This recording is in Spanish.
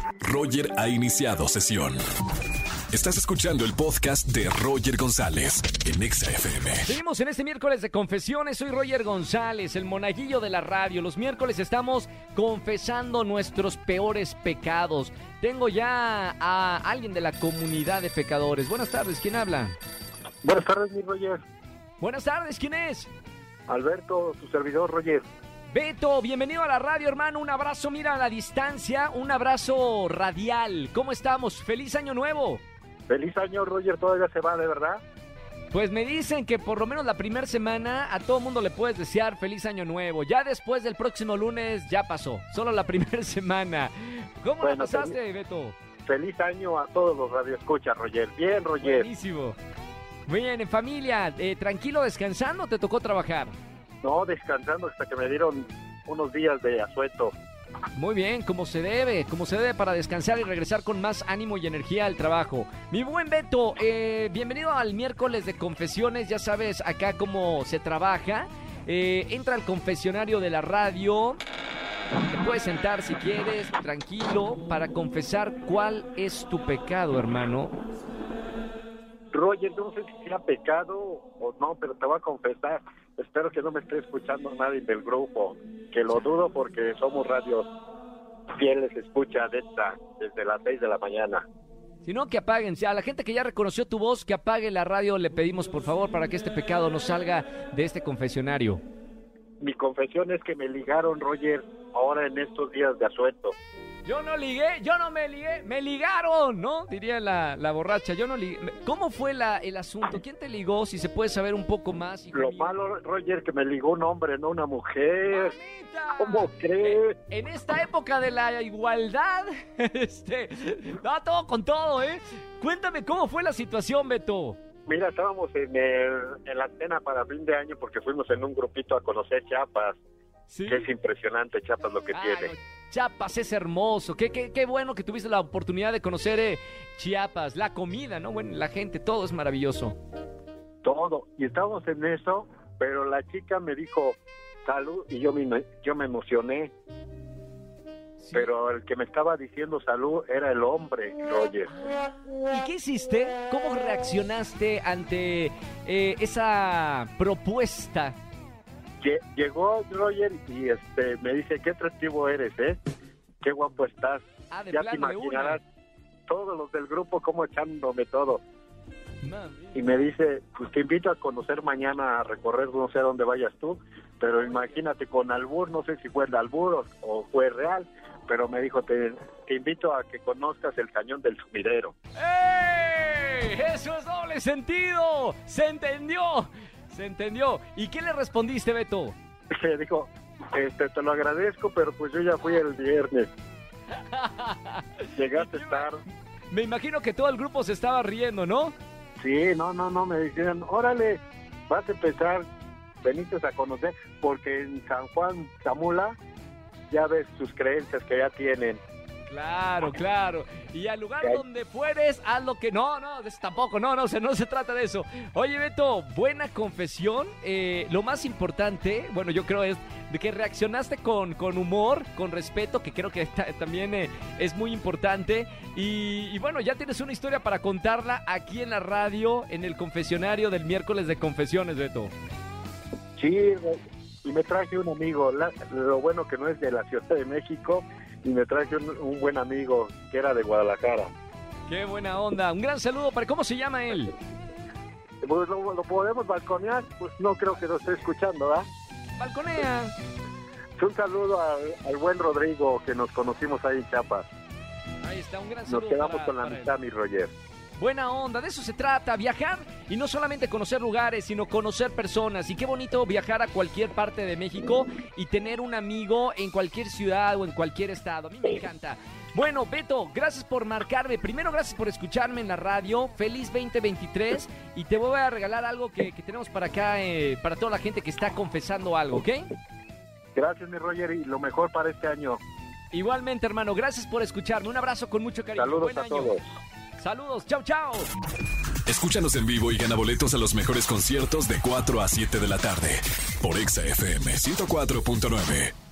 Roger ha iniciado sesión. Estás escuchando el podcast de Roger González en Exa FM. Seguimos en este miércoles de confesiones. Soy Roger González, el monaguillo de la radio. Los miércoles estamos confesando nuestros peores pecados. Tengo ya a alguien de la comunidad de pecadores. Buenas tardes, ¿quién habla? Buenas tardes, mi Roger. Buenas tardes, ¿quién es? Alberto, tu servidor, Roger. Beto, bienvenido a la radio, hermano. Un abrazo, mira, a la distancia, un abrazo radial. ¿Cómo estamos? ¡Feliz año nuevo! Feliz año, Roger, todavía se va, ¿de verdad? Pues me dicen que por lo menos la primera semana a todo mundo le puedes desear feliz año nuevo. Ya después del próximo lunes ya pasó, solo la primera semana. ¿Cómo la pasaste, Beto? Feliz año a todos los radioescuchas, Roger. Bien, Roger. Buenísimo. Muy bien, en familia, ¿tranquilo descansando o te tocó trabajar? No, descansando hasta que me dieron unos días de asueto. Muy bien, como se debe para descansar y regresar con más ánimo y energía al trabajo. Mi buen Beto, bienvenido al miércoles de confesiones. Ya sabes acá cómo se trabaja. Entra al confesionario de la radio. Te puedes sentar si quieres, tranquilo, para confesar cuál es tu pecado, hermano. Roger, no sé si sea pecado o no, pero te voy a confesar. Espero que no me esté escuchando nadie del grupo, que lo dudo porque somos radios fieles, escucha de esta desde las 6 de la mañana. Si no, que apaguen. A la gente que ya reconoció tu voz, que apague la radio, le pedimos por favor para que este pecado no salga de este confesionario. Mi confesión es que me ligaron, Roger, ahora en estos días de asueto. Yo no ligué, yo no me ligué, me ligaron, ¿no? Diría la borracha, yo no ligué. ¿Cómo fue el asunto? ¿Quién te ligó? Si se puede saber un poco más. Lo malo, Roger, que me ligó un hombre, no una mujer. ¡Mamita! ¿Cómo crees? En esta época de la igualdad, va todo con todo, ¿eh? Cuéntame cómo fue la situación, Beto. Mira, estábamos en la cena para fin de año porque fuimos en un grupito a conocer Chiapas. Sí. Que es impresionante Chiapas lo que tiene. Chiapas es hermoso. Qué bueno que tuviste la oportunidad de conocer Chiapas. La comida, ¿no? Bueno, la gente, todo es maravilloso. Todo. Y estábamos en eso, pero la chica me dijo salud y yo me emocioné. Sí. Pero el que me estaba diciendo salud era el hombre, Roger. ¿Y qué hiciste? ¿Cómo reaccionaste ante esa propuesta? Llegó Roger y me dice, qué atractivo eres, qué guapo estás. Ya te imaginarás todos los del grupo como echándome todo. Mami. Y me dice, pues te invito a conocer mañana, a recorrer, no sé a dónde vayas tú, pero imagínate con albur, no sé si fue el albur o fue real, pero me dijo, te invito a que conozcas el cañón del Sumidero. ¡Ey! ¡Eso es doble sentido! ¡Se entendió! Se entendió. ¿Y qué le respondiste, Beto? Le dijo, te lo agradezco, pero pues yo ya fui el viernes. Llegaste tarde. Me imagino que todo el grupo se estaba riendo, ¿no? Sí, no, me decían, órale, vas a empezar, veniste a conocer, porque en San Juan, Zamula, ya ves sus creencias que ya tienen. Claro. Y al lugar donde fueres, haz lo que... No, tampoco, no se trata de eso. Oye, Beto, buena confesión. Lo más importante, bueno, yo creo es de que reaccionaste con humor, con respeto, que creo que también es muy importante. Y bueno, ya tienes una historia para contarla aquí en la radio, en el confesionario del miércoles de confesiones, Beto. Sí, y me traje un amigo, lo bueno que no es de la Ciudad de México, y me traje un buen amigo que era de Guadalajara. ¡Qué buena onda! Un gran saludo para... ¿Cómo se llama él? Pues lo podemos balconear, pues no creo que lo esté escuchando, ¿verdad? ¡Balconea! Un saludo al buen Rodrigo, que nos conocimos ahí en Chiapas. Ahí está, un gran saludo. Nos quedamos con la amistad, mi Roger. Buena onda, de eso se trata, viajar y no solamente conocer lugares, sino conocer personas. Y qué bonito viajar a cualquier parte de México y tener un amigo en cualquier ciudad o en cualquier estado. A mí me encanta. Bueno, Beto, gracias por marcarme. Primero, gracias por escucharme en la radio. Feliz 2023. Y te voy a regalar algo que tenemos para acá, para toda la gente que está confesando algo, ¿ok? Gracias, mi Roger, y lo mejor para este año. Igualmente, hermano, gracias por escucharme. Un abrazo con mucho cariño. Saludos Buen a año. todos. Saludos, chao. Escúchanos en vivo y gana boletos a los mejores conciertos de 4 a 7 de la tarde por Exa FM 104.9.